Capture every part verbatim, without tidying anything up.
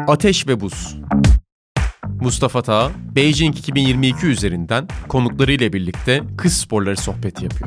Ateş ve Buz. Mustafa Tağ, Beijing iki bin yirmi iki üzerinden konuklarıyla birlikte kış sporları sohbeti yapıyor.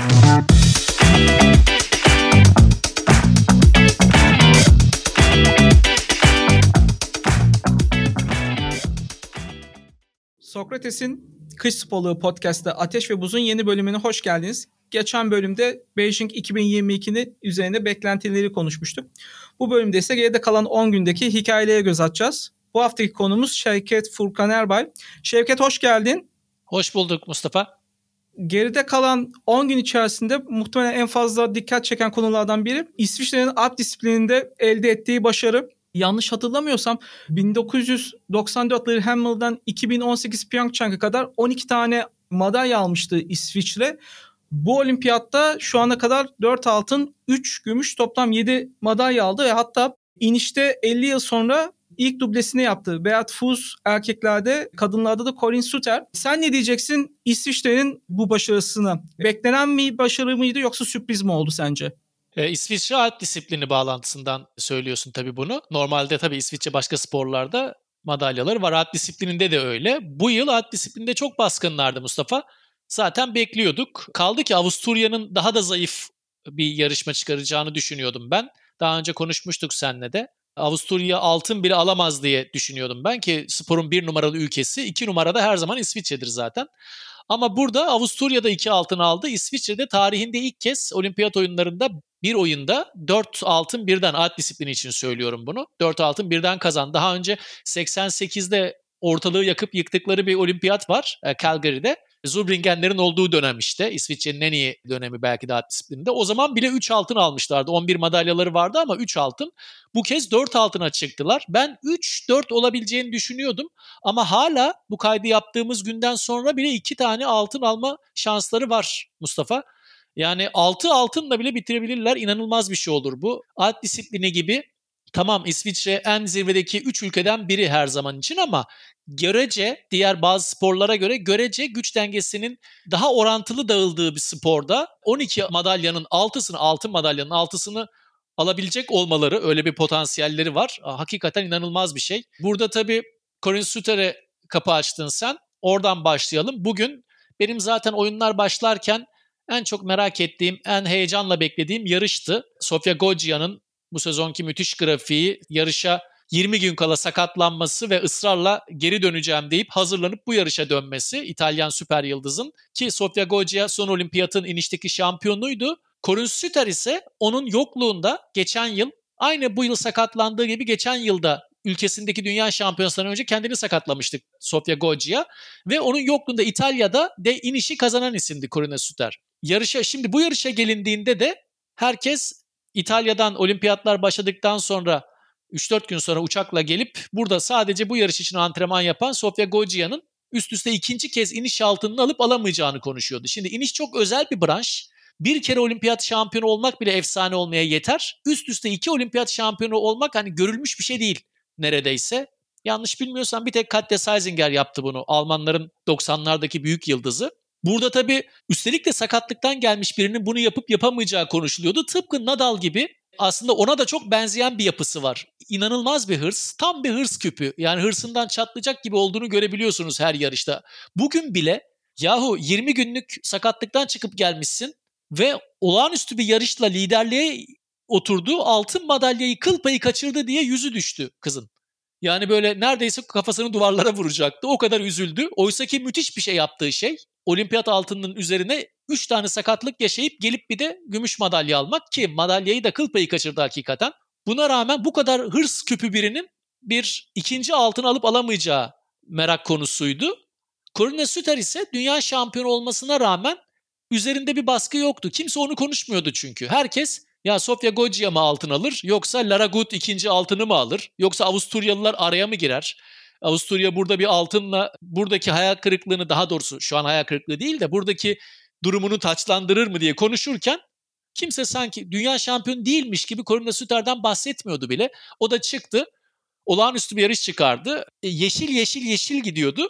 Sokrates'in Kış Sporları Podcast'ta Ateş ve Buz'un yeni bölümüne hoş geldiniz. Geçen bölümde Beijing iki bin yirmi ikinin üzerine beklentileri konuşmuştuk. Bu bölümde ise geride kalan on gündeki hikayelere göz atacağız. Bu haftaki konumuz Şevket Furkan Erbay. Şevket hoş geldin. Hoş bulduk Mustafa. Geride kalan on gün içerisinde muhtemelen en fazla dikkat çeken konulardan biri İsviçre'nin at disiplininde elde ettiği başarı. Yanlış hatırlamıyorsam bin dokuz yüz doksan dört Lillehammer'dan iki bin on sekiz Pyeongchang'a kadar on iki tane madalya almıştı İsviçre. Bu olimpiyatta şu ana kadar dört altın, üç gümüş, toplam yedi madalya aldı ve hatta inişte elli yıl sonra ilk dublesini yaptı. Beat Foos erkeklerde, kadınlarda da Corinne Suter. Sen ne diyeceksin İsviçre'nin bu başarısına? Beklenen bir başarı mıydı yoksa sürpriz mi oldu sence? Ee, İsviçre at disiplini bağlantısından söylüyorsun tabii bunu. Normalde tabii İsviçre başka sporlarda madalyaları var. At disiplininde de öyle. Bu yıl at disiplininde çok baskınlardı Mustafa. Zaten bekliyorduk. Kaldı ki Avusturya'nın daha da zayıf bir yarışma çıkaracağını düşünüyordum ben. Daha önce konuşmuştuk seninle de. Avusturya altın bile alamaz diye düşünüyordum ben ki sporun bir numaralı ülkesi. iki numarada her zaman İsviçre'dir zaten. Ama burada Avusturya'da iki altın aldı. İsviçre'de tarihinde ilk kez olimpiyat oyunlarında bir oyunda dört altın birden, at disiplini için söylüyorum bunu. dört altın birden kazandı. Daha önce seksen sekizde ortalığı yakıp yıktıkları bir olimpiyat var Calgary'de. Zubringenlerin olduğu dönem işte. İsviçre'nin en iyi dönemi belki de at disiplininde. O zaman bile üç altın almışlardı. on bir madalyaları vardı ama üç altın. Bu kez dört altına çıktılar. Ben üç dört olabileceğini düşünüyordum. Ama hala bu kaydı yaptığımız günden sonra bile iki tane altın alma şansları var Mustafa. Yani altı altınla bile bitirebilirler. İnanılmaz bir şey olur bu. At disiplini gibi. Tamam, İsviçre en zirvedeki üç ülkeden biri her zaman için ama görece diğer bazı sporlara göre görece güç dengesinin daha orantılı dağıldığı bir sporda on iki madalyanın altısını, altın madalyanın altısını alabilecek olmaları, öyle bir potansiyelleri var. Hakikaten inanılmaz bir şey. Burada tabii Corinne Suter'e kapı açtın sen. Oradan başlayalım. Bugün benim zaten oyunlar başlarken en çok merak ettiğim, en heyecanla beklediğim yarıştı. Sofia Goggia'nın bu sezonki müthiş grafiği, yarışa yirmi gün kala sakatlanması ve ısrarla geri döneceğim deyip hazırlanıp bu yarışa dönmesi İtalyan süper yıldızın, ki Sofia Goggia son olimpiyatın inişteki şampiyonuydu. Corinne Suter ise onun yokluğunda geçen yıl, aynı bu yıl sakatlandığı gibi geçen yılda ülkesindeki dünya şampiyonasından önce kendini sakatlamıştık Sofia Goggia ve onun yokluğunda İtalya'da de inişi kazanan isimdi Corinne Suter. Yarışa, şimdi bu yarışa gelindiğinde de herkes İtalya'dan olimpiyatlar başladıktan sonra üç dört gün sonra uçakla gelip burada sadece bu yarış için antrenman yapan Sofia Goggia'nın üst üste ikinci kez iniş altınını alıp alamayacağını konuşuyordu. Şimdi iniş çok özel bir branş. Bir kere olimpiyat şampiyonu olmak bile efsane olmaya yeter. Üst üste iki olimpiyat şampiyonu olmak hani görülmüş bir şey değil neredeyse. Yanlış bilmiyorsam bir tek Katja Seisinger yaptı bunu. Almanların doksanlardaki büyük yıldızı. Burada tabii üstelik de sakatlıktan gelmiş birinin bunu yapıp yapamayacağı konuşuluyordu. Tıpkı Nadal gibi aslında ona da çok benzeyen bir yapısı var. İnanılmaz bir hırs, tam bir hırs küpü. Yani hırsından çatlayacak gibi olduğunu görebiliyorsunuz her yarışta. Bugün bile yahu yirmi günlük sakatlıktan çıkıp gelmişsin ve olağanüstü bir yarışla liderliğe oturdu. Altın madalyayı kıl payı kaçırdı diye yüzü düştü kızın. Yani böyle neredeyse kafasını duvarlara vuracaktı. O kadar üzüldü. Oysa ki müthiş bir şey yaptığı şey. Olimpiyat altınının üzerine üç tane sakatlık yaşayıp gelip bir de gümüş madalya almak, ki madalyayı da kıl payı kaçırdı hakikaten. Buna rağmen bu kadar hırs küpü birinin bir ikinci altın alıp alamayacağı merak konusuydu. Corinne Suter ise dünya şampiyonu olmasına rağmen üzerinde bir baskı yoktu. Kimse onu konuşmuyordu çünkü. Herkes ya Sofia Goggia mı altın alır yoksa Lara Gut ikinci altını mı alır yoksa Avusturyalılar araya mı girer? Avusturya burada bir altınla buradaki hayal kırıklığını, daha doğrusu şu an hayal kırıklığı değil de buradaki durumunu taçlandırır mı diye konuşurken kimse sanki dünya şampiyonu değilmiş gibi Corinne Suter'den bahsetmiyordu bile. O da çıktı, olağanüstü bir yarış çıkardı. E, yeşil yeşil yeşil gidiyordu.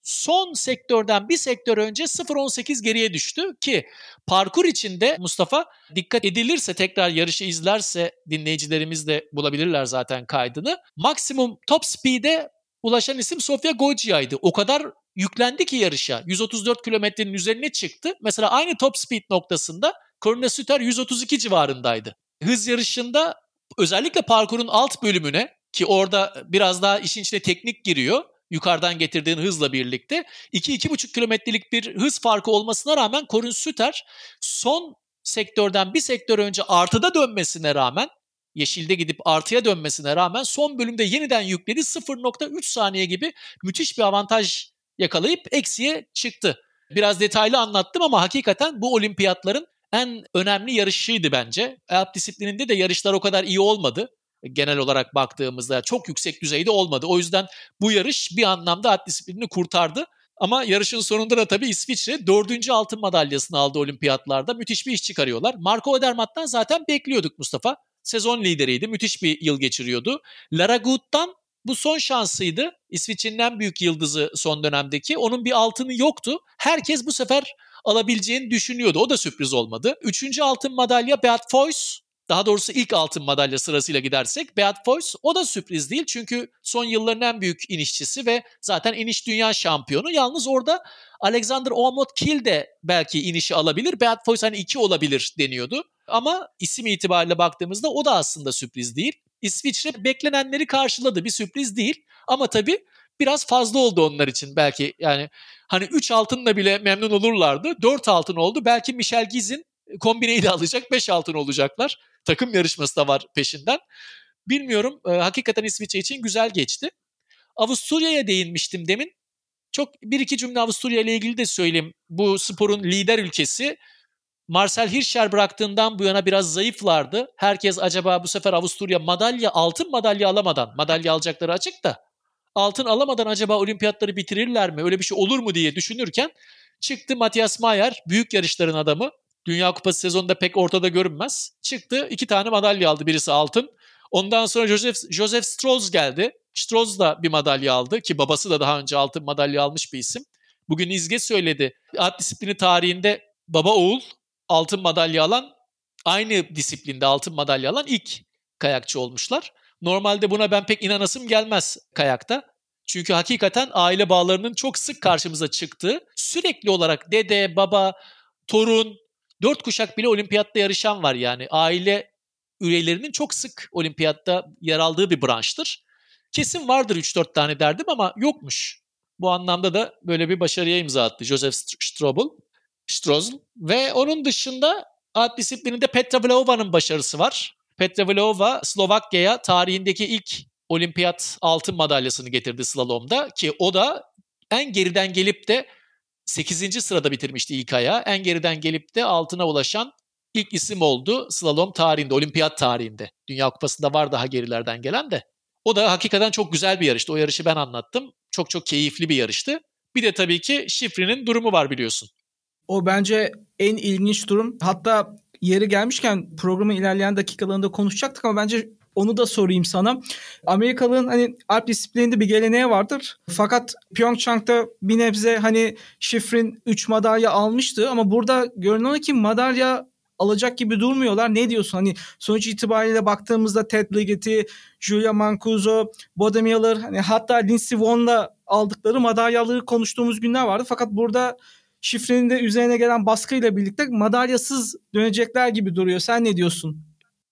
son sektörden bir sektör önce sıfır virgül on sekiz geriye düştü ki parkur içinde Mustafa dikkat edilirse tekrar yarışı izlerse dinleyicilerimiz de bulabilirler zaten kaydını. Maksimum top speed'e ulaşan isim Sofia Goggia'ydı. O kadar yüklendi ki yarışa. yüz otuz dört kilometrenin üzerine çıktı. Mesela aynı top speed noktasında Corinne Suter yüz otuz iki civarındaydı. Hız yarışında özellikle parkurun alt bölümüne ki orada biraz daha işin içine teknik giriyor. Yukarıdan getirdiğin hızla birlikte iki iki buçuk kilometrelik bir hız farkı olmasına rağmen Corinne Suter son sektörden bir sektör önce artıda dönmesine rağmen yeşilde gidip artıya dönmesine rağmen son bölümde yeniden yükledi. sıfır virgül üç saniye gibi müthiş bir avantaj yakalayıp eksiye çıktı. Biraz detaylı anlattım ama hakikaten bu olimpiyatların en önemli yarışıydı bence. Alp disiplininde de yarışlar o kadar iyi olmadı. Genel olarak baktığımızda çok yüksek düzeyde olmadı. O yüzden bu yarış bir anlamda alp disiplinini kurtardı. Ama yarışın sonunda da tabii İsviçre dördüncü altın madalyasını aldı olimpiyatlarda. Müthiş bir iş çıkarıyorlar. Marco Odermatt'tan zaten bekliyorduk Mustafa. Sezon lideriydi. Müthiş bir yıl geçiriyordu. Lara Gut'tan bu son şansıydı. İsviçre'nin en büyük yıldızı son dönemdeki. Onun bir altını yoktu. Herkes bu sefer alabileceğini düşünüyordu. O da sürpriz olmadı. Üçüncü altın madalya Beat Feuz. Daha doğrusu ilk altın madalya sırasıyla gidersek Beat Feuz, o da sürpriz değil. Çünkü son yılların en büyük inişçisi ve zaten iniş dünya şampiyonu. Yalnız orada Alexander Omot-Kiel de belki inişi alabilir. Beat Feuz hani iki olabilir deniyordu. Ama isim itibariyle baktığımızda o da aslında sürpriz değil. İsviçre beklenenleri karşıladı. Bir sürpriz değil. Ama tabii biraz fazla oldu onlar için belki. Yani hani üç altınla bile memnun olurlardı. dört altın oldu. Belki Michel Giz'in kombineyi de alacak. beş altın olacaklar. Takım yarışması da var peşinden. Bilmiyorum. E, hakikaten İsviçre için güzel geçti. Avusturya'ya değinmiştim demin. Çok bir iki cümle Avusturya ile ilgili de söyleyeyim. Bu sporun lider ülkesi. Marcel Hirscher bıraktığından bu yana biraz zayıflardı. Herkes acaba bu sefer Avusturya madalya, altın madalya alamadan, madalya alacakları açık da altın alamadan acaba olimpiyatları bitirirler mi? Öyle bir şey olur mu diye düşünürken çıktı Matthias Mayer, büyük yarışların adamı. Dünya Kupası sezonunda pek ortada görünmez. Çıktı, iki tane madalya aldı. Birisi altın. Ondan sonra Josef, Josef Strolz geldi. Strolz da bir madalya aldı ki babası da daha önce altın madalya almış bir isim. Bugün İzge söyledi. At disiplini tarihinde baba oğul altın madalya alan, aynı disiplinde altın madalya alan ilk kayakçı olmuşlar. Normalde buna ben pek inanasım gelmez kayakta. Çünkü hakikaten aile bağlarının çok sık karşımıza çıktığı, sürekli olarak dede, baba, torun, dört kuşak bile olimpiyatta yarışan var yani. Aile üyelerinin çok sık olimpiyatta yer aldığı bir branştır. Kesin vardır üç dört tane derdim ama yokmuş. Bu anlamda da böyle bir başarıya imza attı Josef Strobl. Strozl. Ve onun dışında at disiplininde Petra Vlova'nın başarısı var. Petra Vlova Slovakya'ya tarihindeki ilk olimpiyat altın madalyasını getirdi slalomda ki o da en geriden gelip de sekizinci sırada bitirmişti ilk ayağı. En geriden gelip de altına ulaşan ilk isim oldu slalom tarihinde, olimpiyat tarihinde. Dünya Kupası'nda var daha gerilerden gelen de. O da hakikaten çok güzel bir yarıştı. O yarışı ben anlattım. Çok çok keyifli bir yarıştı. Bir de tabii ki Şifrin'in durumu var biliyorsun. O bence en ilginç durum. Hatta yeri gelmişken programın ilerleyen dakikalarında konuşacaktık ama bence onu da sorayım sana. Amerikalı'nın hani alp disiplininde bir geleneği vardır. Fakat Pyeongchang'da bir nebze hani Şifrin üç madalya almıştı ama burada görünen ki madalya alacak gibi durmuyorlar. Ne diyorsun? Hani sonuç itibariyle baktığımızda Ted Ligeti, Julia Mancuso, Bode Miller, hani hatta Lindsey Vonn'la aldıkları madalyaları konuştuğumuz günler vardı. Fakat burada Şifrenin de üzerine gelen baskıyla birlikte madalyasız dönecekler gibi duruyor. Sen ne diyorsun?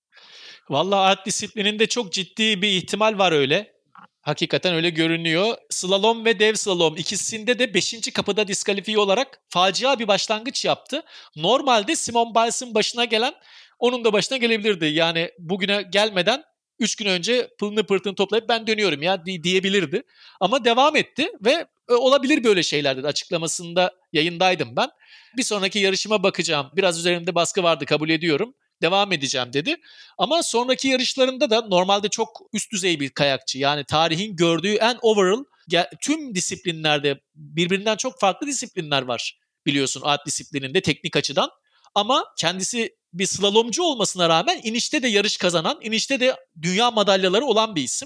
Vallahi at disiplininde çok ciddi bir ihtimal var öyle. Hakikaten öyle görünüyor. Slalom ve dev slalom ikisinde de beşinci kapıda diskalifiye olarak facia bir başlangıç yaptı. Normalde Simone Biles'ın başına gelen onun da başına gelebilirdi. Yani bugüne gelmeden üç gün önce pılını pırtını toplayıp ben dönüyorum ya diyebilirdi. Ama devam etti ve olabilir böyle şeyler dedi. Açıklamasında yayındaydım ben. Bir sonraki yarışıma bakacağım. Biraz üzerimde baskı vardı, kabul ediyorum. Devam edeceğim dedi. Ama sonraki yarışlarında da normalde çok üst düzey bir kayakçı. Yani tarihin gördüğü en overall tüm disiplinlerde birbirinden çok farklı disiplinler var. Biliyorsun at disiplininde teknik açıdan. Ama kendisi bir slalomcu olmasına rağmen inişte de yarış kazanan, inişte de dünya madalyaları olan bir isim.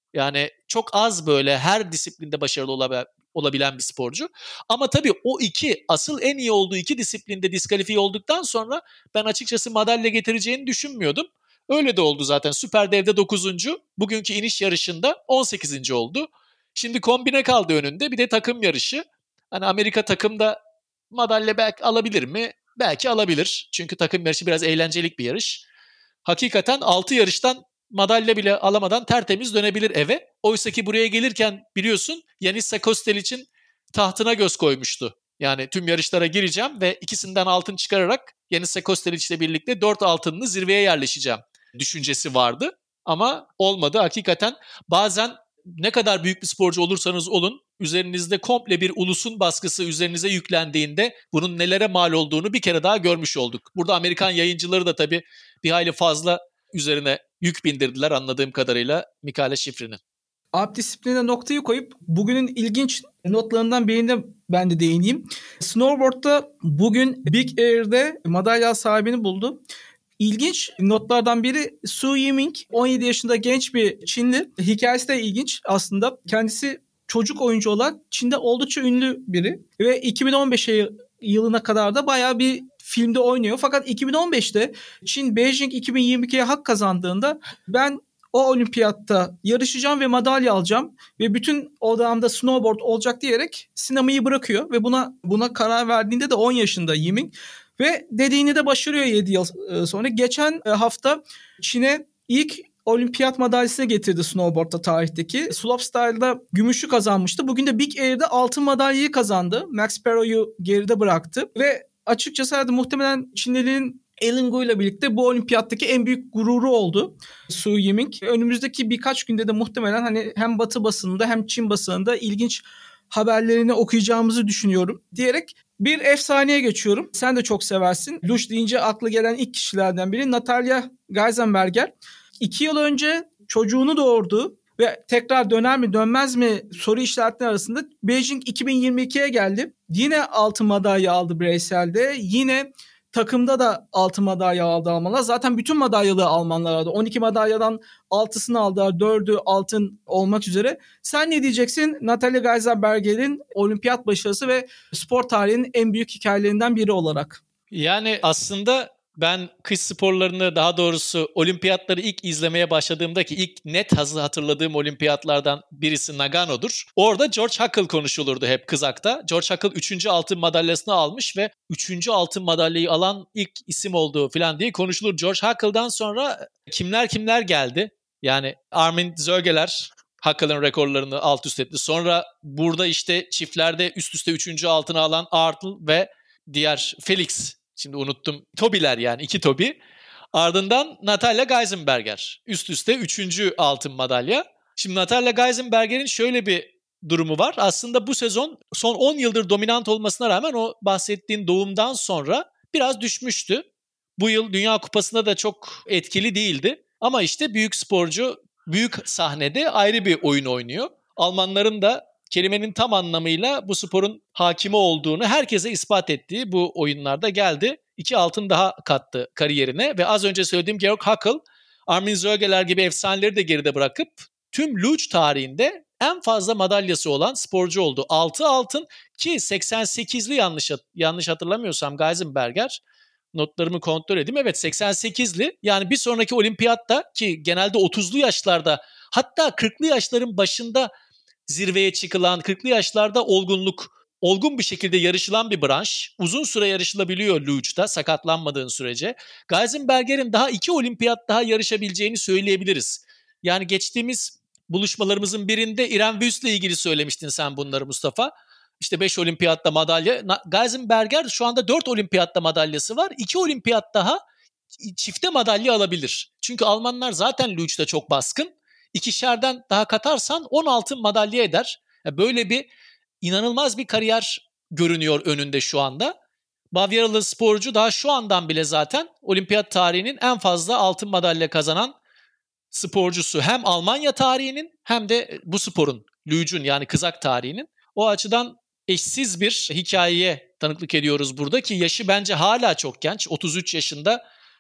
Yani çok az böyle her disiplinde başarılı olabilen, olabilen bir sporcu. Ama tabii o iki, asıl en iyi olduğu iki disiplinde diskalifiye olduktan sonra ben açıkçası madalya getireceğini düşünmüyordum. Öyle de oldu zaten. Süper Dev'de dokuzuncu, bugünkü iniş yarışında on sekizinci oldu. Şimdi kombine kaldı önünde, bir de takım yarışı. Hani Amerika takımda madalya belki alabilir mi? Belki alabilir. Çünkü takım yarışı biraz eğlencelik bir yarış. Hakikaten altı yarıştan madalya bile alamadan tertemiz dönebilir eve. Oysa ki buraya gelirken biliyorsun Yanis Kostelic'in tahtına göz koymuştu. Yani tüm yarışlara gireceğim ve ikisinden altın çıkararak Yanis Kostelic'le birlikte dört altınlı zirveye yerleşeceğim düşüncesi vardı. Ama olmadı hakikaten. Bazen ne kadar büyük bir sporcu olursanız olun, üzerinizde komple bir ulusun baskısı üzerinize yüklendiğinde bunun nelere mal olduğunu bir kere daha görmüş olduk. Burada Amerikan yayıncıları da tabii bir hayli fazla üzerine yük bindirdiler anladığım kadarıyla Mikaela Shiffrin'in. Alp disiplinine noktayı koyup bugünün ilginç notlarından birine ben de değineyim. Snowboard'da bugün Big Air'de madalya sahibini buldu. İlginç notlardan biri Su Yiming, on yedi yaşında genç bir Çinli. Hikayesi de ilginç aslında. Kendisi çocuk oyuncu olarak Çin'de oldukça ünlü biri. Ve iki bin on beş yılına kadar da bayağı bir filmde oynuyor. Fakat iki bin on beşte Çin Beijing iki bin yirmi ikiye hak kazandığında ben o olimpiyatta yarışacağım ve madalya alacağım ve bütün odağımda snowboard olacak diyerek sinemayı bırakıyor ve buna buna karar verdiğinde de on yaşında Yiming ve dediğini de başarıyor yedi yıl sonra. Geçen hafta Çin'e ilk olimpiyat madalyasını getirdi snowboard'da tarihteki. Slopestyle'da gümüşü kazanmıştı. Bugün de Big Air'de altın madalyayı kazandı. Max Parrot'u geride bıraktı ve açıkçası herhalde muhtemelen Çinlilerin Ellen Gu ile birlikte bu olimpiyattaki en büyük gururu oldu Su Yiming. Önümüzdeki birkaç günde de muhtemelen hani hem Batı basınında hem Çin basınında ilginç haberlerini okuyacağımızı düşünüyorum diyerek bir efsaneye geçiyorum. Sen de çok seversin. Luge deyince aklı gelen ilk kişilerden biri Natalya Geisenberger. İki yıl önce çocuğunu doğurdu ve tekrar döner mi dönmez mi soru işaretleri arasında Beijing iki bin yirmi ikiye geldi. Yine altın madalya aldı bireyselde. Yine takımda da altın madalya aldı Almanlar. Zaten bütün madalyalı Almanlar aldı. on iki madalyadan altısını aldılar. dördü altın olmak üzere. Sen ne diyeceksin? Natalya Geisenberger'in olimpiyat başarısı ve spor tarihinin en büyük hikayelerinden biri olarak. Yani aslında ben kış sporlarını, daha doğrusu olimpiyatları ilk izlemeye başladığımdaki ilk net hatırladığım olimpiyatlardan birisi Nagano'dur. Orada George Hackl konuşulurdu hep kızakta. George Hackl üçüncü altın madalyasını almış ve üçüncü altın madalyayı alan ilk isim olduğu falan diye konuşulur. George Hackl'dan sonra kimler kimler geldi? Yani Armin Zögeler Hackle'ın rekorlarını alt üst etti. Sonra burada işte çiftlerde üst üste üçüncü altını alan Artl ve diğer Felix. Şimdi unuttum. Tobiler yani iki Tobi. Ardından Natalya Geisenberger. Üst üste üçüncü altın madalya. Şimdi Natalya Geisenberger'in şöyle bir durumu var. Aslında bu sezon son on yıldır dominant olmasına rağmen o bahsettiğin doğumdan sonra biraz düşmüştü. Bu yıl Dünya Kupası'nda da çok etkili değildi. Ama işte büyük sporcu büyük sahnede ayrı bir oyun oynuyor. Almanların da kelimenin tam anlamıyla bu sporun hakimi olduğunu herkese ispat ettiği bu oyunlarda geldi. İki altın daha kattı kariyerine ve az önce söylediğim Georg Hackl, Armin Zögeler gibi efsaneleri de geride bırakıp tüm luge tarihinde en fazla madalyası olan sporcu oldu. altı altın ki seksen sekizli yanlış yanlış hatırlamıyorsam Geisenberger, notlarımı kontrol edeyim. Evet seksen sekizli, yani bir sonraki olimpiyatta ki genelde otuzlu yaşlarda hatta kırklı yaşların başında zirveye çıkılan, kırklı yaşlarda olgunluk, olgun bir şekilde yarışılan bir branş. Uzun süre yarışılabiliyor luge'da sakatlanmadığın sürece. Geisenberger'in daha iki olimpiyat daha yarışabileceğini söyleyebiliriz. Yani geçtiğimiz buluşmalarımızın birinde İrem Wüst'le ilgili söylemiştin sen bunları Mustafa. İşte beş olimpiyatta madalya. Geisenberger şu anda dört olimpiyatta madalyası var. iki olimpiyat daha çifte madalya alabilir. Çünkü Almanlar zaten luge'da çok baskın. İkişerden daha katarsan on altın madalya eder. Böyle bir inanılmaz bir kariyer görünüyor önünde şu anda. Bavyeralı sporcu daha şu andan bile zaten olimpiyat tarihinin en fazla altın madalya kazanan sporcusu. Hem Almanya tarihinin hem de bu sporun, luge'un yani kızak tarihinin. O açıdan eşsiz bir hikayeye tanıklık ediyoruz burada ki yaşı bence hala çok genç. otuz üç yaşında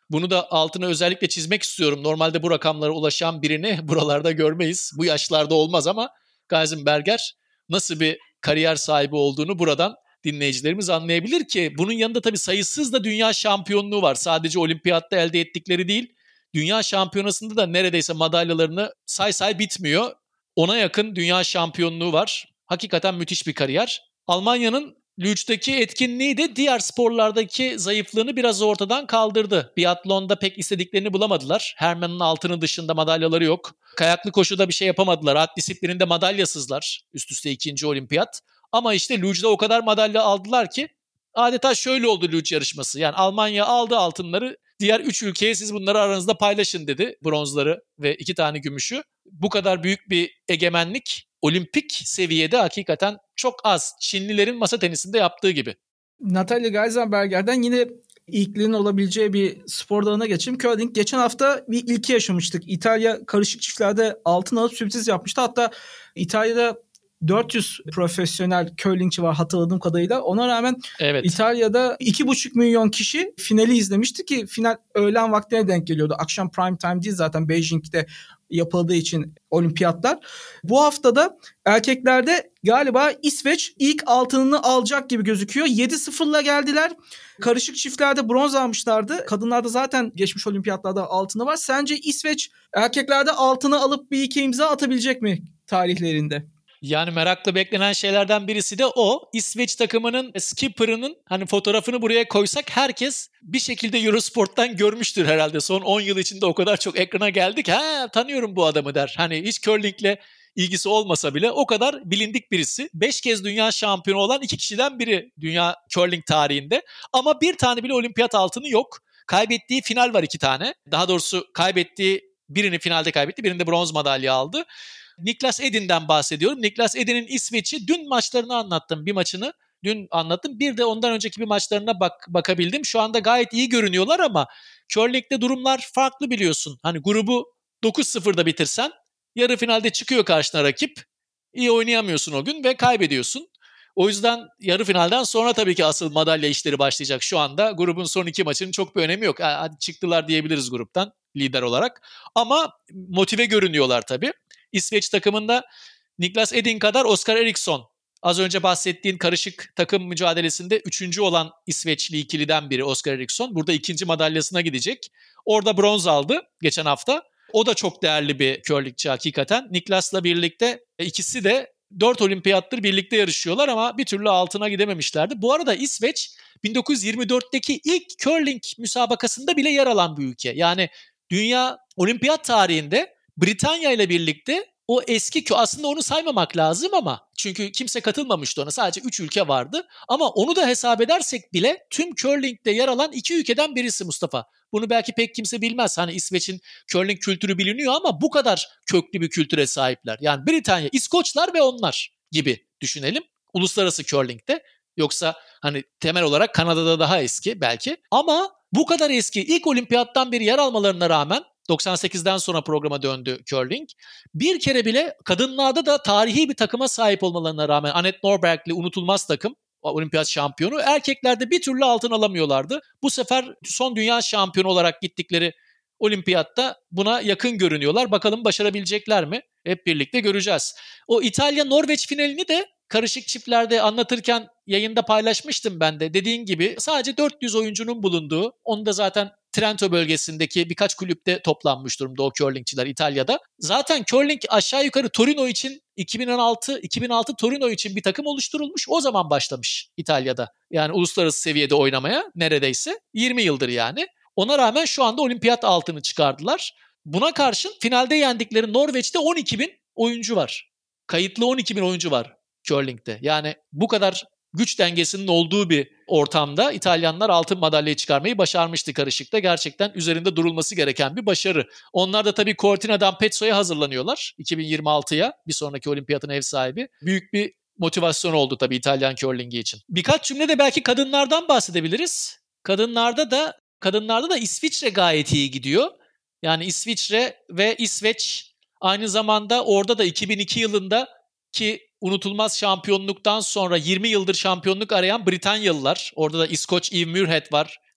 Bunu da altına özellikle çizmek istiyorum. Normalde bu rakamlara ulaşan birini buralarda görmeyiz. Bu yaşlarda olmaz ama Geisenberger nasıl bir kariyer sahibi olduğunu buradan dinleyicilerimiz anlayabilir ki bunun yanında tabii sayısız da dünya şampiyonluğu var. Sadece olimpiyatta elde ettikleri değil, dünya şampiyonasında da neredeyse madalyalarını say say bitmiyor. Ona yakın dünya şampiyonluğu var. Hakikaten müthiş bir kariyer. Almanya'nın Lüç'teki etkinliği de diğer sporlardaki zayıflığını biraz ortadan kaldırdı. Biatlonda pek istediklerini bulamadılar. Hermann'ın altının dışında madalyaları yok. Kayaklı koşuda bir şey yapamadılar. At disiplininde madalyasızlar. Üst üste ikinci olimpiyat. Ama işte Lüç'de o kadar madalya aldılar ki adeta şöyle oldu Lüç yarışması. Yani Almanya aldı altınları, diğer üç ülkeye siz bunları aranızda paylaşın dedi. Bronzları ve iki tane gümüşü. Bu kadar büyük bir egemenlik olimpik seviyede hakikaten çok az. Çinlilerin masa tenisinde yaptığı gibi. Natalia Geisenberger'den yine ilkliğinin olabileceği bir spor dalına geçeyim. Curling. Geçen hafta bir ilki yaşamıştık. İtalya karışık çiftlerde altın alıp sürpriz yapmıştı. Hatta İtalya'da dört yüz profesyonel curlingçi var hatırladığım kadarıyla. Ona rağmen evet. İtalya'da iki buçuk milyon kişi finali izlemişti ki final öğlen vaktine denk geliyordu. Akşam prime time değil zaten Beijing'de yapıldığı için olimpiyatlar. Bu haftada erkeklerde galiba İsveç ilk altınını alacak gibi gözüküyor. yedi sıfırla geldiler. Karışık çiftlerde bronz almışlardı. Kadınlarda zaten geçmiş olimpiyatlarda altını var. Sence İsveç erkeklerde altını alıp bir iki imza atabilecek mi tarihlerinde? Yani merakla beklenen şeylerden birisi de o. İsveç takımının skipper'ının hani fotoğrafını buraya koysak herkes bir şekilde Eurosport'tan görmüştür herhalde. Son on yıl içinde o kadar çok ekrana geldik. Ha tanıyorum bu adamı der. Hani hiç curlingle ilgisi olmasa bile o kadar bilindik birisi. Beş kez dünya şampiyonu olan iki kişiden biri dünya curling tarihinde. Ama bir tane bile olimpiyat altını yok. Kaybettiği final var iki tane. Daha doğrusu kaybettiği birini finalde kaybetti. Birinde bronz madalya aldı. Niklas Edin'den bahsediyorum. Niklas Edin'in İsveç'i dün maçlarını anlattım. Bir maçını dün anlattım. Bir de ondan önceki bir maçlarına bak bakabildim. Şu anda gayet iyi görünüyorlar ama curling'de durumlar farklı biliyorsun. Hani grubu dokuz sıfırda bitirsen yarı finalde çıkıyor karşına rakip. İyi oynayamıyorsun o gün ve kaybediyorsun. O yüzden yarı finalden sonra tabii ki asıl madalya işleri başlayacak. Şu anda grubun son iki maçının çok bir önemi yok. Hadi çıktılar diyebiliriz gruptan lider olarak. Ama motive görünüyorlar tabii. İsveç takımında Niklas Edin kadar Oskar Eriksson, az önce bahsettiğin karışık takım mücadelesinde üçüncü olan İsveçli ikiliden biri Oskar Eriksson. Burada ikinci madalyasına gidecek. Orada bronz aldı geçen hafta. O da çok değerli bir curlingçi hakikaten. Niklas'la birlikte ikisi de dört olimpiyattır birlikte yarışıyorlar ama bir türlü altına gidememişlerdi. Bu arada İsveç bin dokuz yüz yirmi dörtteki ilk curling müsabakasında bile yer alan bir ülke. Yani dünya olimpiyat tarihinde Britanya ile birlikte o eski aslında onu saymamak lazım ama çünkü kimse katılmamıştı ona, sadece üç ülke vardı ama onu da hesap edersek bile tüm curling'de yer alan iki ülkeden birisi Mustafa. Bunu belki pek kimse bilmez. Hani İsveç'in curling kültürü biliniyor ama bu kadar köklü bir kültüre sahipler. Yani Britanya, İskoçlar ve onlar gibi düşünelim uluslararası curling'de. Yoksa hani temel olarak Kanada'da daha eski belki ama bu kadar eski ilk olimpiyattan beri yer almalarına rağmen doksan sekizden sonra programa döndü curling. Bir kere bile kadınlarda da tarihi bir takıma sahip olmalarına rağmen Annette Norberg'li unutulmaz takım, olimpiyat şampiyonu, erkeklerde bir türlü altın alamıyorlardı. Bu sefer son dünya şampiyonu olarak gittikleri olimpiyatta buna yakın görünüyorlar. Bakalım başarabilecekler mi? Hep birlikte göreceğiz. O İtalya-Norveç finalini de karışık çiftlerde anlatırken yayında paylaşmıştım ben de. Dediğin gibi sadece dört yüz oyuncunun bulunduğu, onu da zaten Trento bölgesindeki birkaç kulüpte toplanmış durumda o curlingçiler İtalya'da. Zaten curling aşağı yukarı Torino için iki bin on altı iki bin altı Torino için bir takım oluşturulmuş. O zaman başlamış İtalya'da. Yani uluslararası seviyede oynamaya neredeyse yirmi yıldır yani. Ona rağmen şu anda olimpiyat altını çıkardılar. Buna karşın finalde yendikleri Norveç'te on iki bin oyuncu var. Kayıtlı on iki bin oyuncu var curling'de. Yani bu kadar güç dengesinin olduğu bir ortamda İtalyanlar altın madalyayı çıkarmayı başarmıştı karışıkta. Gerçekten üzerinde durulması gereken bir başarı. Onlar da tabii Cortina d'Ampezzo'ya hazırlanıyorlar iki bin yirmi altıya, bir sonraki olimpiyatın ev sahibi. Büyük bir motivasyon oldu tabii İtalyan curlingi için. Birkaç cümle de belki kadınlardan bahsedebiliriz. Kadınlarda da kadınlarda da İsviçre gayet iyi gidiyor. Yani İsviçre ve İsveç aynı zamanda orada da iki bin iki yılında ki unutulmaz şampiyonluktan sonra yirmi yıldır şampiyonluk arayan Britanyalılar. Orada da İskoç Eve Muirhead var.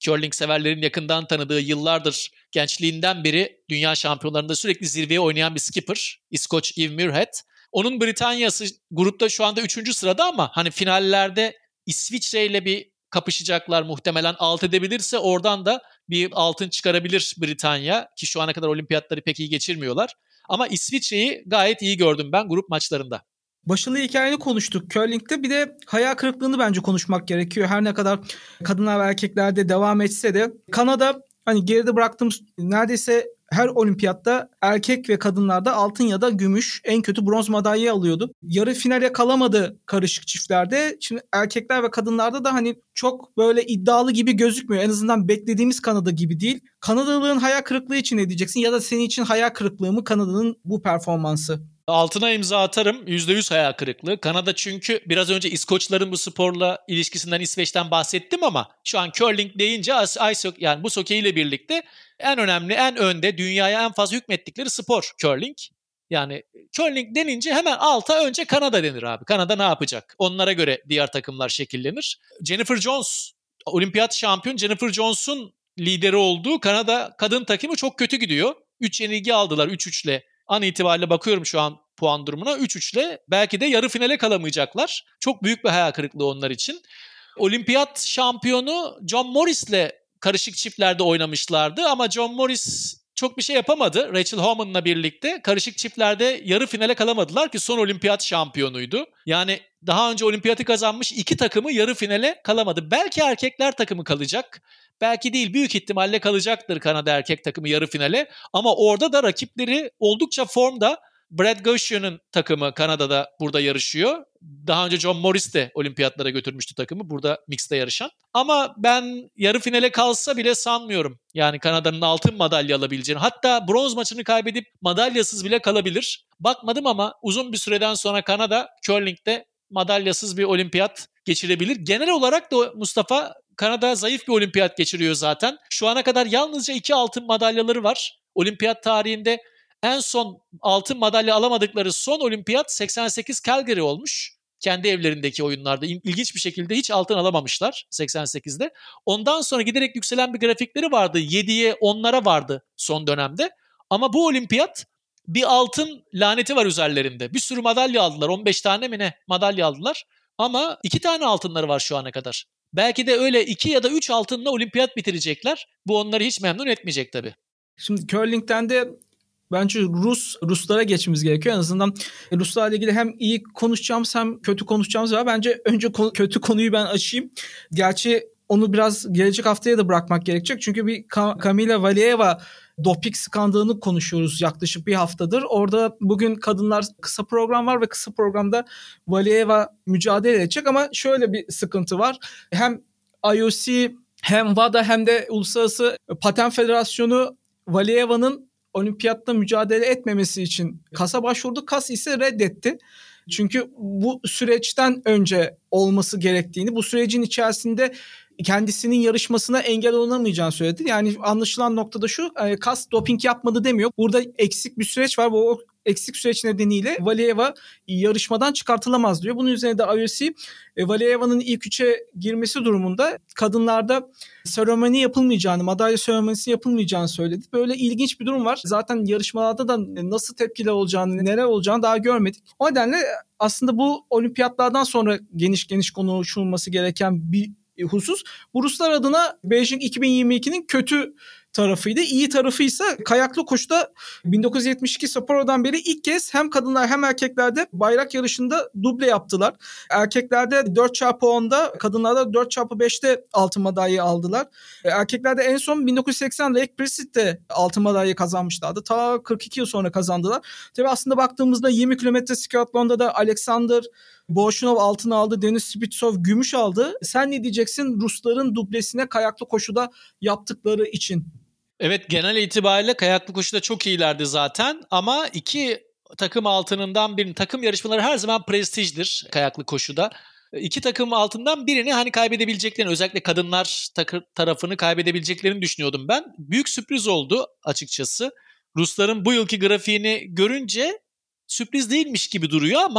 curling severlerin yakından tanıdığı, yıllardır gençliğinden beri dünya şampiyonlarında sürekli zirveye oynayan bir skipper. İskoç Eve Muirhead. Onun Britanya'sı grupta şu anda üçüncü sırada ama hani finallerde İsviçre ile bir kapışacaklar, muhtemelen alt edebilirse oradan da bir altın çıkarabilir Britanya ki şu ana kadar olimpiyatları pek iyi geçirmiyorlar. Ama İsviçre'yi gayet iyi gördüm ben grup maçlarında. Başarılı hikayeni konuştuk curling'de. Bir de hayal kırıklığını bence konuşmak gerekiyor. Her ne kadar kadınlar ve erkeklerde devam etse de Kanada hani geride bıraktığımız neredeyse her olimpiyatta erkek ve kadınlarda altın ya da gümüş, en kötü bronz madalya alıyordu. Yarı finale kalamadı karışık çiftlerde. Şimdi erkekler ve kadınlarda da hani çok böyle iddialı gibi gözükmüyor. En azından beklediğimiz Kanada gibi değil. Kanadalılığın hayal kırıklığı için ne diyeceksin? Ya da senin için hayal kırıklığı mı Kanada'nın bu performansı? Altına imza atarım. yüzde yüz hayal kırıklığı. Kanada çünkü biraz önce İskoçların bu sporla ilişkisinden, İsveç'ten bahsettim ama şu an curling deyince ice yani bu hokey ile birlikte en önemli, en önde, dünyaya en fazla hükmettikleri spor curling. Yani curling denince hemen alta önce Kanada denir abi. Kanada ne yapacak? Onlara göre diğer takımlar şekillenir. Jennifer Jones, olimpiyat şampiyon Jennifer Jones'un lideri olduğu Kanada kadın takımı çok kötü gidiyor. üç yenilgi aldılar üç üçle. An itibariyle bakıyorum şu an puan durumuna üç üçle belki de yarı finale kalamayacaklar. Çok büyük bir hayal kırıklığı onlar için. Olimpiyat şampiyonu John Morris'le karışık çiftlerde oynamışlardı ama John Morris çok bir şey yapamadı. Rachel Homan'la birlikte karışık çiftlerde yarı finale kalamadılar ki son olimpiyat şampiyonuydu. Yani daha önce olimpiyatı kazanmış iki takımı yarı finale kalamadı. Belki erkekler takımı kalacak. Belki değil, büyük ihtimalle kalacaktır Kanada erkek takımı yarı finale. Ama orada da rakipleri oldukça formda. Brad Gauchion'un takımı Kanada'da burada yarışıyor. Daha önce John Morris de olimpiyatlara götürmüştü takımı. Burada mixte yarışan. Ama ben yarı finale kalsa bile sanmıyorum. Yani Kanada'nın altın madalya alabileceğini. Hatta bronz maçını kaybedip madalyasız bile kalabilir. Bakmadım ama uzun bir süreden sonra Kanada curling'de madalyasız bir olimpiyat geçirebilir. Genel olarak da Mustafa, Kanada zayıf bir olimpiyat geçiriyor zaten. Şu ana kadar yalnızca iki altın madalyaları var. Olimpiyat tarihinde en son altın madalya alamadıkları son olimpiyat seksen sekiz Calgary olmuş. Kendi evlerindeki oyunlarda ilginç bir şekilde hiç altın alamamışlar seksen sekizde. Ondan sonra giderek yükselen bir grafikleri vardı. yediye onlara vardı son dönemde. Ama bu olimpiyat bir altın laneti var üzerlerinde. Bir sürü madalya aldılar. on beş tane mi ne madalya aldılar. Ama iki tane altınları var şu ana kadar. Belki de öyle iki ya da üç altınla olimpiyat bitirecekler. Bu onları hiç memnun etmeyecek tabii. Şimdi curling'den de bence Rus Ruslara geçmemiz gerekiyor. En azından Ruslarla ilgili hem iyi konuşacağımız hem kötü konuşacağımız var. Bence önce ko- kötü konuyu ben açayım. Gerçi onu biraz gelecek haftaya da bırakmak gerekecek. Çünkü bir Ka- Kamila Valieva doping skandalını konuşuyoruz yaklaşık bir haftadır. Orada bugün kadınlar kısa program var ve kısa programda Valieva mücadele edecek ama şöyle bir sıkıntı var. Hem I O C hem WADA hem de Uluslararası Patent Federasyonu Valieva'nın olimpiyatta mücadele etmemesi için K A S'a başvurdu. K A S ise reddetti. Çünkü bu süreçten önce olması gerektiğini, bu sürecin içerisinde kendisinin yarışmasına engel olamayacağını söyledi. Yani anlaşılan noktada şu, K A S doping yapmadı demiyor. Burada eksik bir süreç var. Bu eksik süreç nedeniyle Valieva yarışmadan çıkartılamaz diyor. Bunun üzerine de I O C Valieva'nın ilk üçe girmesi durumunda kadınlarda seremoni yapılmayacağını, madalya seremonisi yapılmayacağını söyledi. Böyle ilginç bir durum var. Zaten yarışmalarda da nasıl tepkiler olacağını, neler olacağını daha görmedik. O nedenle aslında bu olimpiyatlardan sonra geniş geniş konuşulması gereken bir husus. Bu Ruslar adına Beijing iki bin yirmi ikinin kötü tarafıydı. İyi tarafıysa kayaklı koşuda bin dokuz yüz yetmiş iki Sapporo'dan beri ilk kez hem kadınlar hem erkeklerde bayrak yarışında duble yaptılar. Erkeklerde dört çarpı onda, kadınlarda dört çarpı beşte altın madalya aldılar. Erkeklerde en son bin dokuz yüz seksen Lake Placid'de altın madalya kazanmışlardı. Ta kırk iki yıl sonra kazandılar. Tabii aslında baktığımızda yirmi kilometre skiatlonda da Alexander Bolshunov altın aldı, Denis Spitsov gümüş aldı. Sen ne diyeceksin Rusların dublesine kayaklı koşuda yaptıkları için? Evet, genel itibariyle kayaklı koşuda çok iyilerdi zaten ama iki takım altınından birini, takım yarışmaları her zaman prestijdir kayaklı koşuda. İki takım altından birini hani kaybedebileceklerini, özellikle kadınlar takı, tarafını kaybedebileceklerini düşünüyordum ben. Büyük sürpriz oldu açıkçası. Rusların bu yılki grafiğini görünce sürpriz değilmiş gibi duruyor ama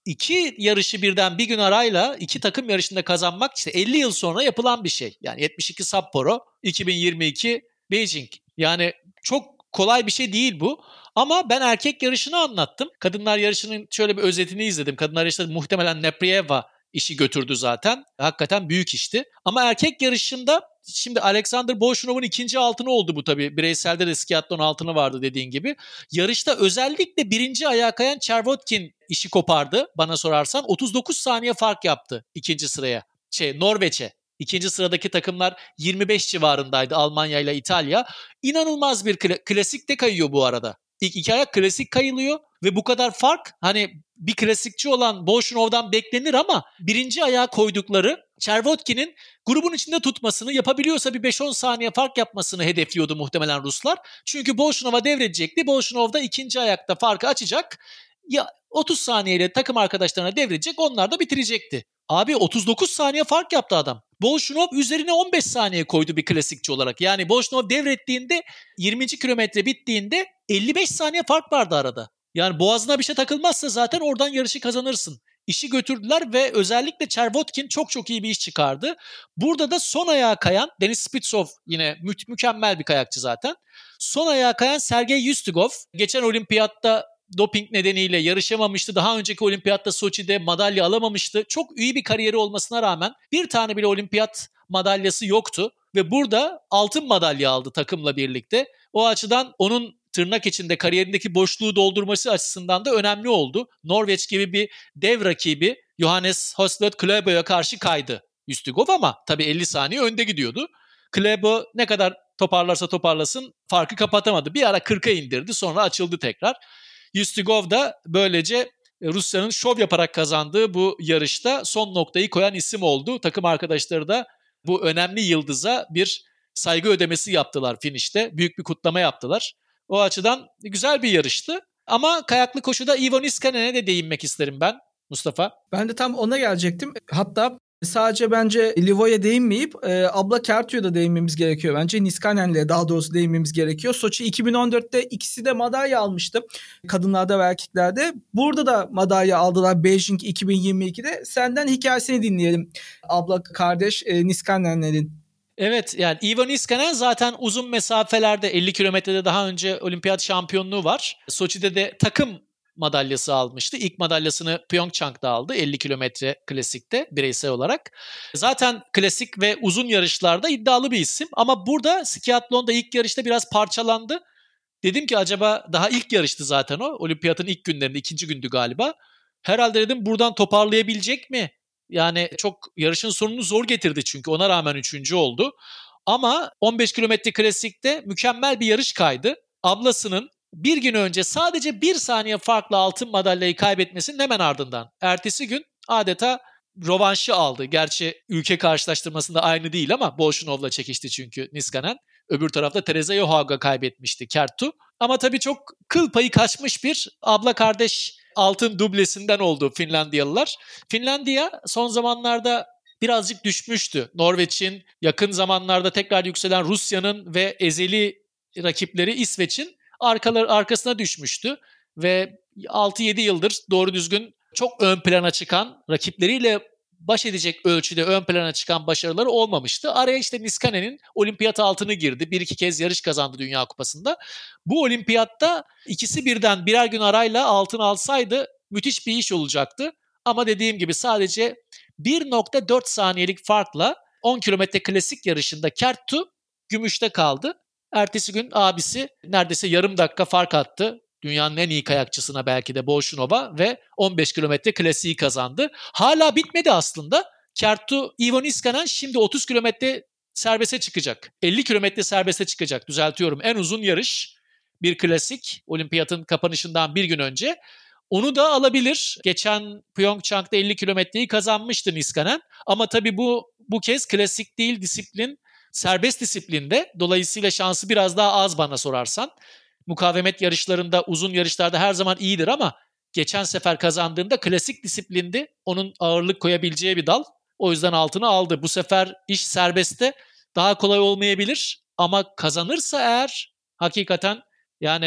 iki yarışı birden bir gün arayla iki takım yarışında kazanmak işte elli yıl sonra yapılan bir şey. Yani yetmiş iki Sapporo, iki bin yirmi iki Beijing. Yani çok kolay bir şey değil bu. Ama ben erkek yarışını anlattım. Kadınlar yarışının şöyle bir özetini izledim. Kadınlar yarışında muhtemelen Nepriyeva işi götürdü zaten. Hakikaten büyük işti. Ama erkek yarışında şimdi Alexander Bolshunov'un ikinci altını oldu bu tabii. Bireyselde de skiatlon altını vardı dediğin gibi. Yarışta özellikle birinci ayağa kayan Chervotkin işi kopardı bana sorarsan. otuz dokuz saniye fark yaptı ikinci sıraya. Şey Norveç'e. İkinci sıradaki takımlar yirmi beş civarındaydı, Almanya ile İtalya. İnanılmaz bir kla- klasik de kayıyor bu arada. İlk iki ayak klasik kayılıyor ve bu kadar fark hani bir klasikçi olan Bolshunov'dan beklenir ama birinci ayağa koydukları Chervotkin'in grubun içinde tutmasını, yapabiliyorsa bir beş on saniye fark yapmasını hedefliyordu muhtemelen Ruslar. Çünkü Bolshunov'a devredecekti. Bolshunov da ikinci ayakta farkı açacak. Ya otuz saniyeyle takım arkadaşlarına devredecek, onlar da bitirecekti. Abi otuz dokuz saniye fark yaptı adam. Bolshunov üzerine on beş saniye koydu bir klasikçi olarak. Yani Bolshunov devrettiğinde yirminci kilometre bittiğinde elli beş saniye fark vardı arada. Yani boğazına bir şey takılmazsa zaten oradan yarışı kazanırsın. İşi götürdüler ve özellikle Chervotkin çok çok iyi bir iş çıkardı. Burada da son ayağa kayan Denis Spitsov yine mü- mükemmel bir kayakçı zaten. Son ayağa kayan Sergey Yustigov geçen olimpiyatta doping nedeniyle yarışamamıştı. Daha önceki olimpiyatta Soçi'de madalya alamamıştı. Çok iyi bir kariyeri olmasına rağmen bir tane bile olimpiyat madalyası yoktu. Ve burada altın madalya aldı takımla birlikte. O açıdan onun tırnak içinde kariyerindeki boşluğu doldurması açısından da önemli oldu. Norveç gibi bir dev rakibi Johannes Høstlund Klæbo'ya karşı kaydı Lustigov ama tabii elli saniye önde gidiyordu. Klæbo ne kadar toparlarsa toparlasın farkı kapatamadı. Bir ara kırka indirdi, sonra açıldı tekrar. Lustigov da böylece Rusya'nın şov yaparak kazandığı bu yarışta son noktayı koyan isim oldu. Takım arkadaşları da bu önemli yıldıza bir saygı ödemesi yaptılar finişte. Büyük bir kutlama yaptılar. O açıdan güzel bir yarıştı. Ama kayaklı koşuda Ivo Niskanen'e de değinmek isterim ben Mustafa. Ben de tam ona gelecektim. Hatta sadece bence Livo'ya değinmeyip e, abla Kertu'ya da değinmemiz gerekiyor. Bence Niskanen'le daha doğrusu değinmemiz gerekiyor. Soçi iki bin on dörtte ikisi de madalya almıştı. Kadınlarda ve erkeklerde. Burada da madalya aldılar Beijing iki bin yirmi ikide. Senden hikayesini dinleyelim. Abla kardeş e, Niskanen'lerin. Evet, yani Ivo Niskanen zaten uzun mesafelerde elli kilometrede daha önce olimpiyat şampiyonluğu var. Soçi'de de takım madalyası almıştı. İlk madalyasını Pyeongchang'da aldı elli kilometre klasikte bireysel olarak. Zaten klasik ve uzun yarışlarda iddialı bir isim ama burada skiatlonda ilk yarışta biraz parçalandı. Dedim ki acaba daha ilk yarıştı zaten o. Olimpiyatın ilk günlerinde, ikinci gündü galiba. Herhalde dedim buradan toparlayabilecek mi? Yani çok yarışın sonunu zor getirdi çünkü ona rağmen üçüncü oldu. Ama on beş kilometre klasikte mükemmel bir yarış kaydı. Ablasının bir gün önce sadece bir saniye farklı altın madalyayı kaybetmesinin hemen ardından. Ertesi gün adeta rövanşı aldı. Gerçi ülke karşılaştırmasında aynı değil ama Bolshunov'la çekişti çünkü Niskanen. Öbür tarafta Teresa Johaug'a kaybetmişti Kertu. Ama tabii çok kıl payı kaçmış bir abla kardeş altın dublesinden oldu Finlandiyalılar. Finlandiya son zamanlarda birazcık düşmüştü. Norveç'in, yakın zamanlarda tekrar yükselen Rusya'nın ve ezeli rakipleri İsveç'in arkalar, arkasına düşmüştü. Ve altı yedi yıldır doğru düzgün çok ön plana çıkan, rakipleriyle baş edecek ölçüde ön plana çıkan başarıları olmamıştı. Araya işte Niskanen'in olimpiyat altını girdi. Bir iki kez yarış kazandı Dünya Kupası'nda. Bu olimpiyatta ikisi birden birer gün arayla altın alsaydı müthiş bir iş olacaktı. Ama dediğim gibi sadece bir nokta dört saniyelik farkla on kilometre klasik yarışında Kertu gümüşte kaldı. Ertesi gün abisi neredeyse yarım dakika fark attı. Dünyanın en iyi kayakçısına belki de Bolshunov'a ve on beş kilometre klasiği kazandı. Hala bitmedi aslında. Kertu Ivo Niskanen şimdi otuz kilometre serbeste çıkacak. elli kilometre serbeste çıkacak. Düzeltiyorum. En uzun yarış bir klasik. Olimpiyatın kapanışından bir gün önce. Onu da alabilir. Geçen Pyeongchang'da elli kilometreyi kazanmıştı Niskanen. Ama tabii bu bu kez klasik değil, disiplin serbest disiplinde. Dolayısıyla şansı biraz daha az bana sorarsan. Mukavemet yarışlarında, uzun yarışlarda her zaman iyidir ama geçen sefer kazandığında klasik disiplindi. Onun ağırlık koyabileceği bir dal. O yüzden altını aldı. Bu sefer iş serbestte daha kolay olmayabilir ama kazanırsa eğer hakikaten yani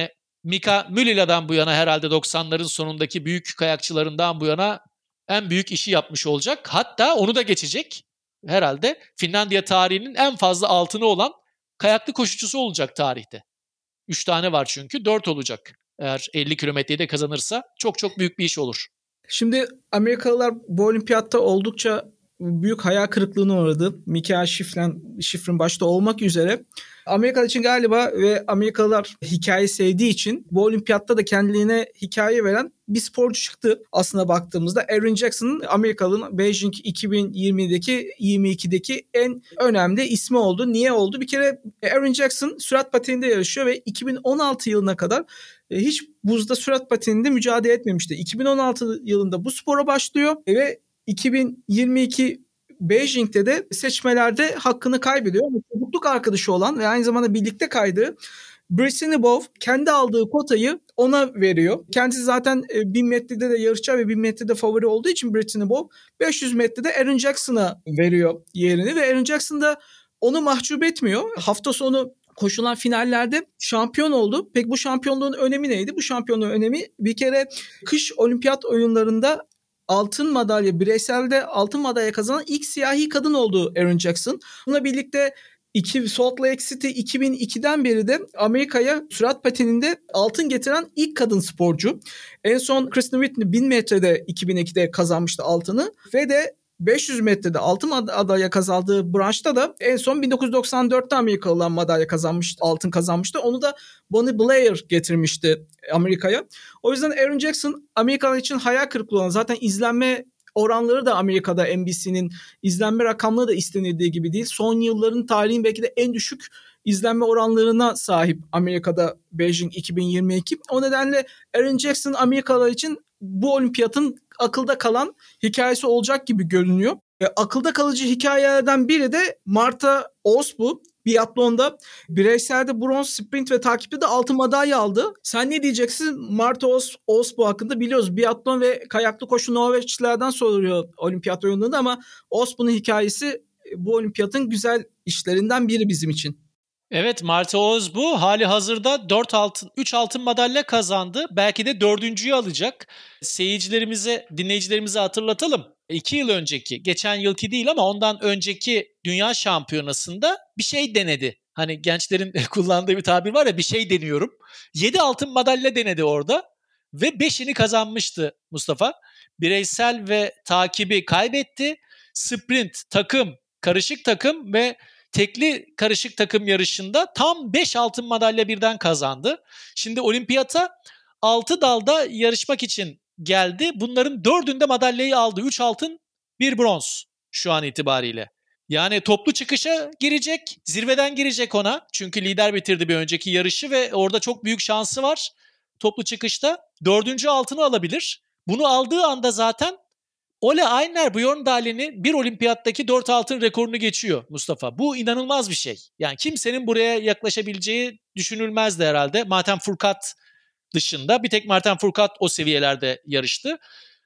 Mika Mylila'dan bu yana herhalde doksanların sonundaki büyük kayakçılarından bu yana en büyük işi yapmış olacak. Hatta onu da geçecek. Herhalde Finlandiya tarihinin en fazla altını olan kayaklı koşucusu olacak tarihte. Üç tane var çünkü, dört olacak. Eğer elli kilometreyi de kazanırsa çok çok büyük bir iş olur. Şimdi Amerikalılar bu olimpiyatta oldukça büyük hayal kırıklığına uğradı. Mikael Shiffrin, Shiffrin başta olmak üzere. Amerika için galiba ve Amerikalılar hikaye sevdiği için bu olimpiyatta da kendilerine hikaye veren bir sporcu çıktı. Aslında baktığımızda Aaron Jackson'ın Amerikalı'nın Beijing iki bin yirmideki yirmi ikideki en önemli ismi oldu. Niye oldu? Bir kere Aaron Jackson sürat pateninde yarışıyor ve iki bin on altı yılına kadar hiç buzda sürat pateninde mücadele etmemişti. iki bin on altı yılında bu spora başlıyor ve iki bin yirmi iki Beijing'de de seçmelerde hakkını kaybediyor. Çocukluk arkadaşı olan ve aynı zamanda birlikte kaydığı Brittany Bowe kendi aldığı kotayı ona veriyor. Kendisi zaten bin metrede de yarışacak ve bin metrede favori olduğu için Brittany Bowe beş yüz metrede Aaron Jackson'a veriyor yerini ve Aaron Jackson da onu mahcup etmiyor. Hafta sonu koşulan finallerde şampiyon oldu. Peki bu şampiyonluğun önemi neydi? Bu şampiyonluğun önemi bir kere kış olimpiyat oyunlarında altın madalya, bireyselde altın madalya kazanan ilk siyahi kadın oldu Aaron Jackson. Bununla birlikte iki, Salt Lake City iki bin ikiden beri de Amerika'ya sürat pateninde altın getiren ilk kadın sporcu. En son Kristen Whitney bin metrede iki bin ikide kazanmıştı altını ve de beş yüz metrede altın madalya kazandığı branşta da en son bin dokuz yüz doksan dörtte Amerikalılar madalya kazanmıştı, altın kazanmıştı. Onu da Bonnie Blair getirmişti Amerika'ya. O yüzden Aaron Jackson Amerikalılar için hayal kırıklığı olan, zaten izlenme oranları da Amerika'da N B C'nin izlenme rakamları da istenildiği gibi değil. Son yılların tarihin belki de en düşük izlenme oranlarına sahip Amerika'da Beijing iki bin yirmi iki. O nedenle Aaron Jackson Amerikalılar için bu olimpiyatın akılda kalan hikayesi olacak gibi görünüyor. E, akılda kalıcı hikayelerden biri de Marta Osbu. Biatlonda bireyselde bronz, sprint ve takipte de altın madalya aldı. Sen ne diyeceksin Marta Os- Osbu hakkında? Biliyoruz biatlon ve kayaklı koşu Norveçlilerden soruluyor olimpiyat oyunlarında ama Osbu'nun hikayesi bu olimpiyatın güzel işlerinden biri bizim için. Evet, Marta Osbu hali hazırda dört altın, üç altın madalya kazandı. Belki de dördüncüyü alacak. Seyircilerimize, dinleyicilerimize hatırlatalım. İki yıl önceki, geçen yılki değil ama ondan önceki dünya şampiyonasında bir şey denedi. Hani gençlerin kullandığı bir tabir var ya, bir şey deniyorum. Yedi altın madalya denedi orada ve beşini kazanmıştı Mustafa. Bireysel ve takibi kaybetti. Sprint, takım, karışık takım ve tekli karışık takım yarışında tam beş altın madalya birden kazandı. Şimdi olimpiyata altı dalda yarışmak için geldi. Bunların dördünde madalyayı aldı. üç altın, bir bronz şu an itibariyle. Yani toplu çıkışa girecek, zirveden girecek ona. Çünkü lider bitirdi bir önceki yarışı ve orada çok büyük şansı var. Toplu çıkışta dördüncü altını alabilir. Bunu aldığı anda zaten Ole Einar Bjørndal'in bir olimpiyattaki dört altın rekorunu geçiyor Mustafa. Bu inanılmaz bir şey. Yani kimsenin buraya yaklaşabileceği düşünülmezdi herhalde. Martin Fourcade dışında. Bir tek Martin Fourcade o seviyelerde yarıştı.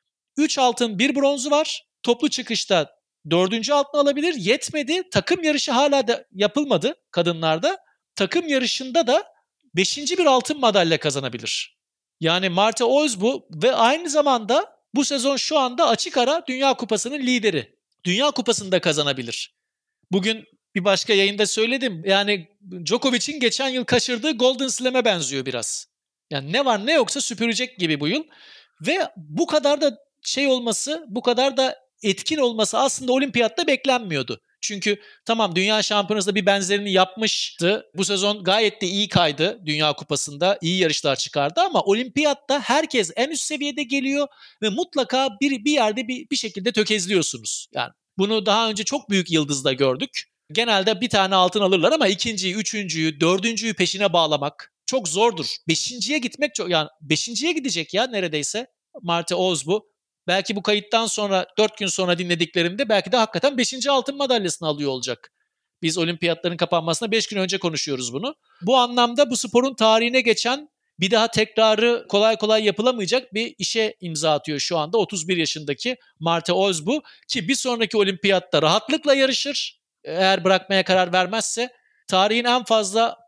üç altın, bir bronzu var. Toplu çıkışta dördüncü altın alabilir. Yetmedi. Takım yarışı hala da yapılmadı kadınlarda. Takım yarışında da beşinci bir altın madalya kazanabilir. Yani Marta Osbu ve aynı zamanda bu sezon şu anda açık ara Dünya Kupası'nın lideri. Dünya Kupası'nı da kazanabilir. Bugün bir başka yayında söyledim. Yani Djokovic'in geçen yıl kaçırdığı Golden Slam'e benziyor biraz. Yani ne var ne yoksa süpürecek gibi bu yıl. Ve bu kadar da şey olması, bu kadar da etkin olması aslında olimpiyatta beklenmiyordu. Çünkü tamam, Dünya Şampiyonası'nda bir benzerini yapmıştı. Bu sezon gayet de iyi kaydı Dünya Kupası'nda. İyi yarışlar çıkardı ama olimpiyatta herkes en üst seviyede geliyor ve mutlaka bir, bir yerde bir, bir şekilde tökezliyorsunuz. Yani bunu daha önce çok büyük yıldızda gördük. Genelde bir tane altın alırlar ama ikinciyi, üçüncüyü, dördüncüyü peşine bağlamak çok zordur. Beşinciye gitmek çok, yani beşinciye gidecek ya neredeyse Marta Osbu. Belki bu kayıttan sonra dört gün sonra dinlediklerimde belki de hakikaten beşinci altın madalyasını alıyor olacak. Biz olimpiyatların kapanmasına beş gün önce konuşuyoruz bunu. Bu anlamda bu sporun tarihine geçen, bir daha tekrarı kolay kolay yapılamayacak bir işe imza atıyor şu anda otuz bir yaşındaki Marta Osbu, ki bir sonraki olimpiyatta rahatlıkla yarışır. Eğer bırakmaya karar vermezse tarihin en fazla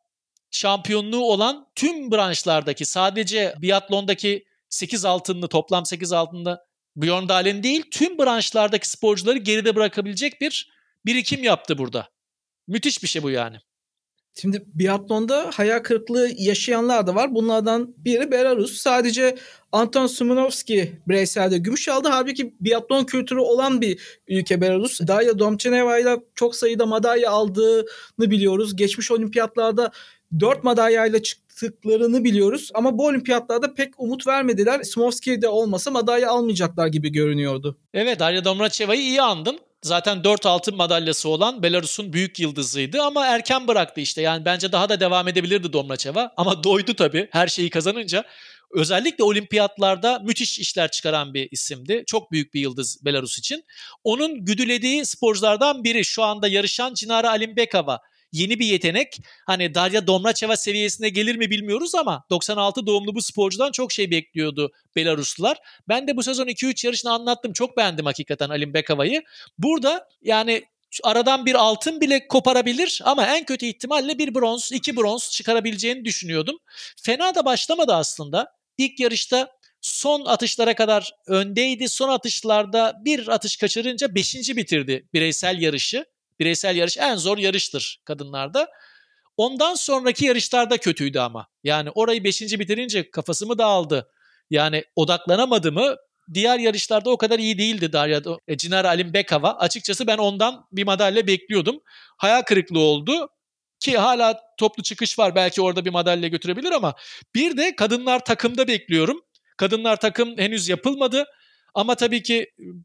şampiyonluğu olan tüm branşlardaki, sadece biatlondaki sekiz altınlı, toplam sekiz altınlı Björn Dahl'in değil, tüm branşlardaki sporcuları geride bırakabilecek bir birikim yaptı burada. Müthiş bir şey bu yani. Şimdi biatlonda hayal kırıklığı yaşayanlar da var. Bunlardan biri Belarus. Sadece Anton Simonovski bireyselde gümüş aldı. Halbuki biatlon kültürü olan bir ülke Belarus. Darya Domcheneva ile çok sayıda madalya aldığını biliyoruz. Geçmiş olimpiyatlarda dört madalyayla çıktıklarını biliyoruz. Ama bu olimpiyatlarda pek umut vermediler. Simonovski de olmasa madalya almayacaklar gibi görünüyordu. Evet, Darya Domracheva'yı iyi andın. Zaten dört altın madalyası olan Belarus'un büyük yıldızıydı ama erken bıraktı işte. Yani bence daha da devam edebilirdi Domracheva ama doydu tabii her şeyi kazanınca. Özellikle olimpiyatlarda müthiş işler çıkaran bir isimdi. Çok büyük bir yıldız Belarus için. Onun güdülediği sporculardan biri şu anda yarışan Dinara Alimbekova. Yeni bir yetenek. Hani Darya Domracheva seviyesine gelir mi bilmiyoruz ama doksan altı doğumlu bu sporcudan çok şey bekliyordu Belaruslular. Ben de bu sezon iki üç yarışını anlattım. Çok beğendim hakikaten Alimbekova'yı. Burada yani aradan bir altın bile koparabilir ama en kötü ihtimalle bir bronz, iki bronz çıkarabileceğini düşünüyordum. Fena da başlamadı aslında. İlk yarışta son atışlara kadar öndeydi. Son atışlarda bir atış kaçırınca beşinci bitirdi bireysel yarışı. Bireysel yarış en zor yarıştır kadınlarda. Ondan sonraki yarışlarda kötüydü ama. Yani orayı beşinci bitirince kafası mı dağıldı? Yani odaklanamadı mı? Diğer yarışlarda o kadar iyi değildi Darya Dinara Alimbekova. Açıkçası ben ondan bir madalya bekliyordum. Hayal kırıklığı oldu. Ki hala toplu çıkış var. Belki orada bir madalya götürebilir ama bir de kadınlar takımda bekliyorum. Kadınlar takım henüz yapılmadı. Ama tabii ki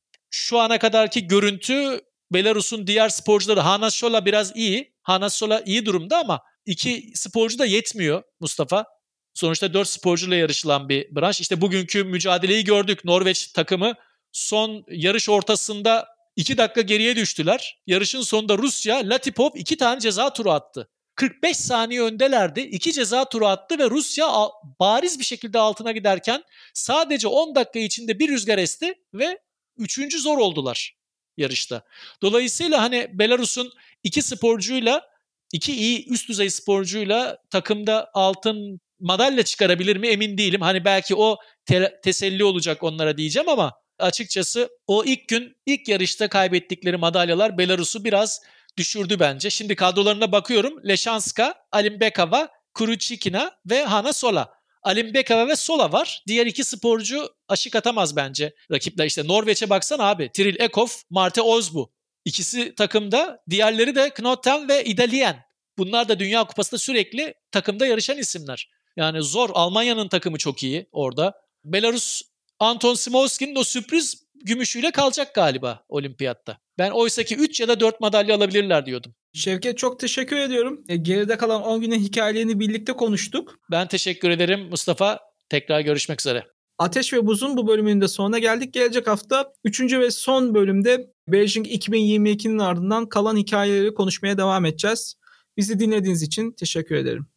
şu ana kadarki görüntü Belarus'un diğer sporcuları, Hana Sola biraz iyi. Hana Sola iyi durumda ama iki sporcu da yetmiyor Mustafa. Sonuçta dört sporcuyla yarışılan bir branş. İşte bugünkü mücadeleyi gördük. Norveç takımı son yarış ortasında iki dakika geriye düştüler. Yarışın sonunda Rusya, Latipov iki tane ceza turu attı. kırk beş saniye öndelerdi. İki ceza turu attı ve Rusya bariz bir şekilde altına giderken sadece on dakika içinde bir rüzgar esti ve üçüncü zor oldular yarışta. Dolayısıyla hani Belarus'un iki sporcuyla, iki iyi üst düzey sporcuyla takımda altın madalya çıkarabilir mi emin değilim. Hani belki o te- teselli olacak onlara diyeceğim ama açıkçası o ilk gün ilk yarışta kaybettikleri madalyalar Belarus'u biraz düşürdü bence. Şimdi kadrolarına bakıyorum. Leşanska, Alimbekova, Kuruchikina ve Hana Sola. Alimbekova ve Sola var. Diğer iki sporcu aşık atamaz bence rakipler. İşte Norveç'e baksana abi. Tiril Ekhoff, Marte Ozbu. İkisi takımda. Diğerleri de Knoten ve Idalien. Bunlar da Dünya Kupası'nda sürekli takımda yarışan isimler. Yani zor. Almanya'nın takımı çok iyi orada. Belarus, Anton Simonovski'nin o sürpriz gümüşüyle kalacak galiba olimpiyatta. Ben oysaki üç ya da dört madalya alabilirler diyordum. Şevket çok teşekkür ediyorum. E, geride kalan on günün hikayelerini birlikte konuştuk. Ben teşekkür ederim Mustafa. Tekrar görüşmek üzere. Ateş ve Buz'un bu bölümünün de sonuna geldik. Gelecek hafta üçüncü ve son bölümde Beijing iki bin yirmi ikinin ardından kalan hikayeleri konuşmaya devam edeceğiz. Bizi dinlediğiniz için teşekkür ederim.